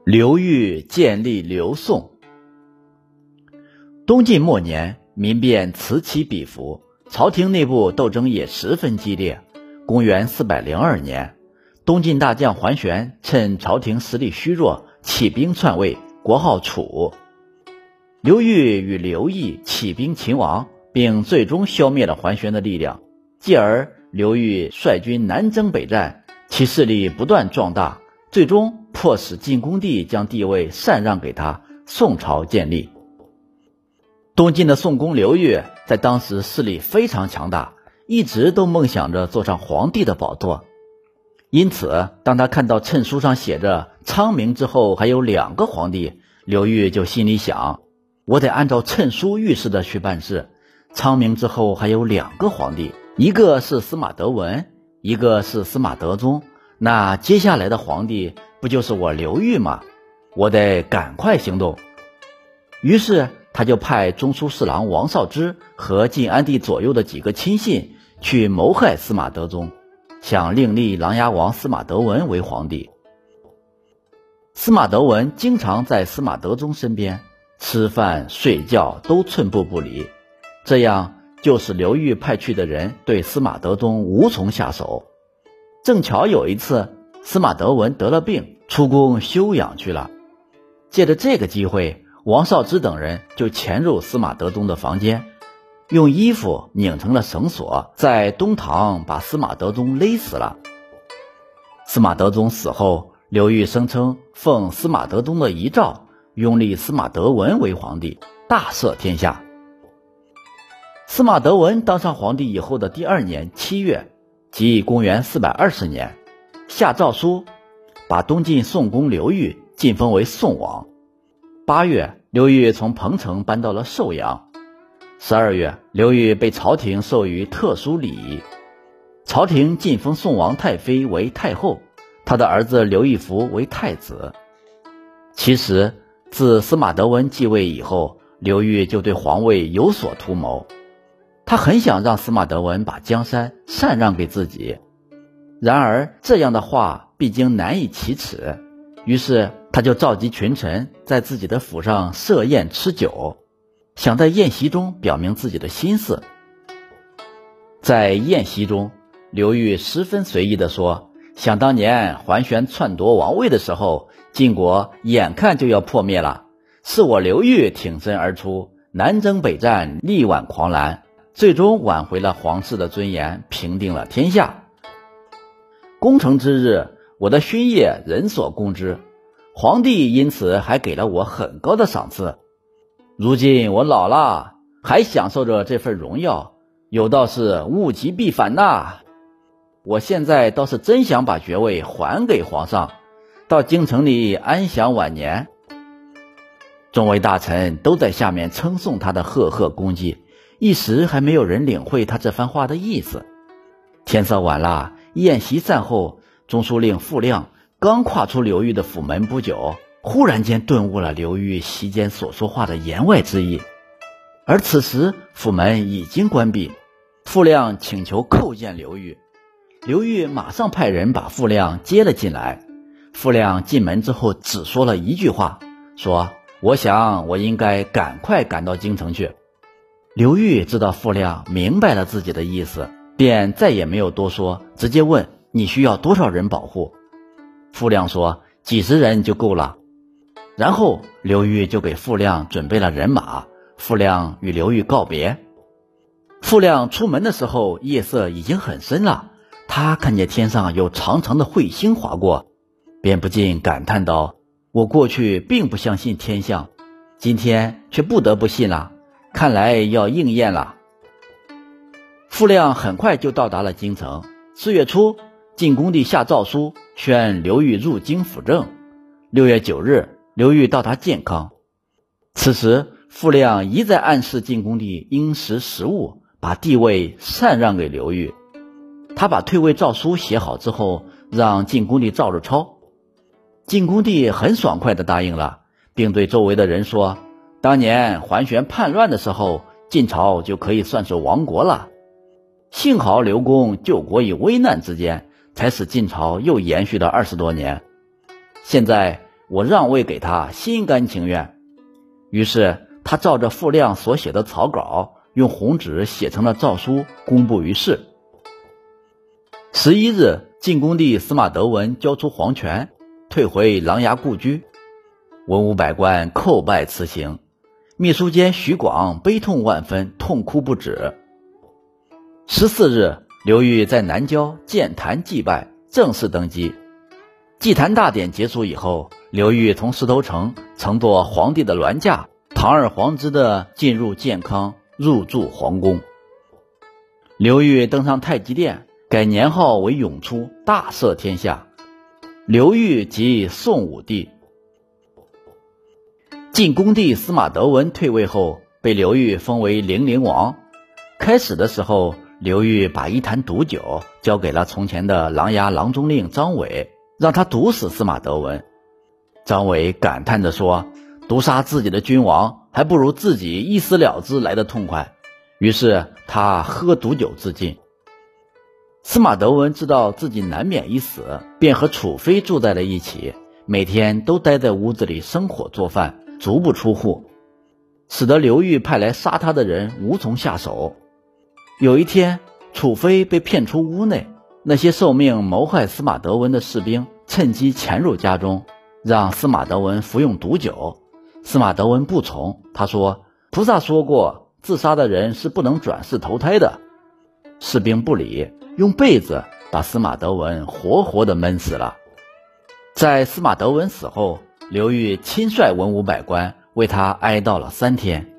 刘裕建立刘宋。东晋末年，民变此起彼伏，朝廷内部斗争也十分激烈。公元402年，东晋大将桓玄趁朝廷实力虚弱，起兵篡位，国号楚。刘裕与刘毅起兵秦王，并最终消灭了桓玄的力量。继而刘裕率军南征北战，其势力不断壮大，最终迫使晋恭帝将帝位禅让给他，宋朝建立。东晋的宋公刘裕在当时势力非常强大，一直都梦想着坐上皇帝的宝座。因此当他看到谶书上写着昌明之后还有2个皇帝，刘裕就心里想，我得按照谶书预示的去办事。昌明之后还有2个皇帝，一个是司马德文，一个是司马德宗，那接下来的皇帝不就是我刘裕吗？我得赶快行动。于是他就派中书侍郎王绍之和晋安帝左右的几个亲信去谋害司马德宗，想另立琅琊王司马德文为皇帝。司马德文经常在司马德宗身边，吃饭睡觉都寸步不离，这样就使刘裕派去的人对司马德宗无从下手。正巧有一次司马德文得了病，出宫休养去了。借着这个机会，王绍之等人就潜入司马德宗的房间，用衣服拧成了绳索，在东堂把司马德宗勒死了。司马德宗死后，刘裕声称奉司马德宗的遗诏，拥立司马德文为皇帝，大赦天下。司马德文当上皇帝以后的第2年7月，即公元420年，下诏书把东晋宋公刘裕晋封为宋王。8月，刘裕从彭城搬到了寿阳。12月，刘裕被朝廷授予特殊礼仪，朝廷晋封宋王太妃为太后，他的儿子刘义福为太子。其实自司马德文继位以后，刘裕就对皇位有所图谋，他很想让司马德文把江山禅让给自己，然而这样的话毕竟难以启齿，于是他就召集群臣在自己的府上设宴吃酒，想在宴席中表明自己的心思。在宴席中，刘裕十分随意地说，想当年桓玄篡夺王位的时候，晋国眼看就要破灭了，是我刘裕挺身而出，南征北战，力挽狂澜，最终挽回了皇室的尊严，平定了天下。功成之日，我的勋业人所共知，皇帝因此还给了我很高的赏赐。如今我老了，还享受着这份荣耀，有道是物极必反呐。我现在倒是真想把爵位还给皇上，到京城里安享晚年。众位大臣都在下面称颂他的赫赫功绩，一时还没有人领会他这番话的意思。天色晚了，宴席散后，中书令傅亮刚跨出刘裕的府门不久，忽然间顿悟了刘裕席间所说话的言外之意。而此时府门已经关闭，傅亮请求叩见刘裕。刘裕马上派人把傅亮接了进来。傅亮进门之后只说了一句话，说我想我应该赶快赶到京城去。刘裕知道傅亮明白了自己的意思，便再也没有多说，直接问你需要多少人保护。傅亮说几十人就够了。然后刘裕就给傅亮准备了人马，傅亮与刘裕告别。傅亮出门的时候，夜色已经很深了，他看见天上有长长的彗星划过，便不禁感叹道，我过去并不相信天象，今天却不得不信了，看来要应验了。傅亮很快就到达了京城。4月初，晋恭帝下诏书宣刘裕入京辅政。6月9日，刘裕到达建康。此时傅亮一再暗示晋恭帝应识时务，把帝位禅让给刘裕。他把退位诏书写好之后，让晋恭帝照着抄。晋恭帝很爽快地答应了，并对周围的人说，当年桓玄叛乱的时候，晋朝就可以算是亡国了。幸好刘公救国于危难之间，才使晋朝又延续了20多年。现在我让位给他，心甘情愿。于是他照着傅亮所写的草稿，用红纸写成了诏书，公布于世。11日，晋恭帝司马德文交出皇权，退回琅琊故居。文武百官叩拜辞行，秘书监徐广悲痛万分，痛哭不止。14日，刘裕在南郊建坛祭拜，正式登基。祭坛大典结束以后，刘裕从石头城乘坐皇帝的銮驾，堂而皇之地进入建康，入住皇宫。刘裕登上太极殿，改年号为永初，大赦天下。刘裕即宋武帝。晋恭帝司马德文退位后，被刘裕封为零陵王。开始的时候，刘裕把一坛毒酒交给了从前的琅琊郎中令张伟，让他毒死司马德文。张伟感叹地说，毒杀自己的君王，还不如自己一死了之来得痛快。于是他喝毒酒自尽。司马德文知道自己难免一死，便和楚妃住在了一起，每天都待在屋子里生火做饭，足不出户，使得刘裕派来杀他的人无从下手。有一天，楚妃被骗出屋内，那些受命谋害司马德文的士兵趁机潜入家中，让司马德文服用毒酒。司马德文不从，他说，菩萨说过，自杀的人是不能转世投胎的。士兵不理，用被子把司马德文活活地闷死了。在司马德文死后，刘裕亲率文武百官为他哀悼了3天。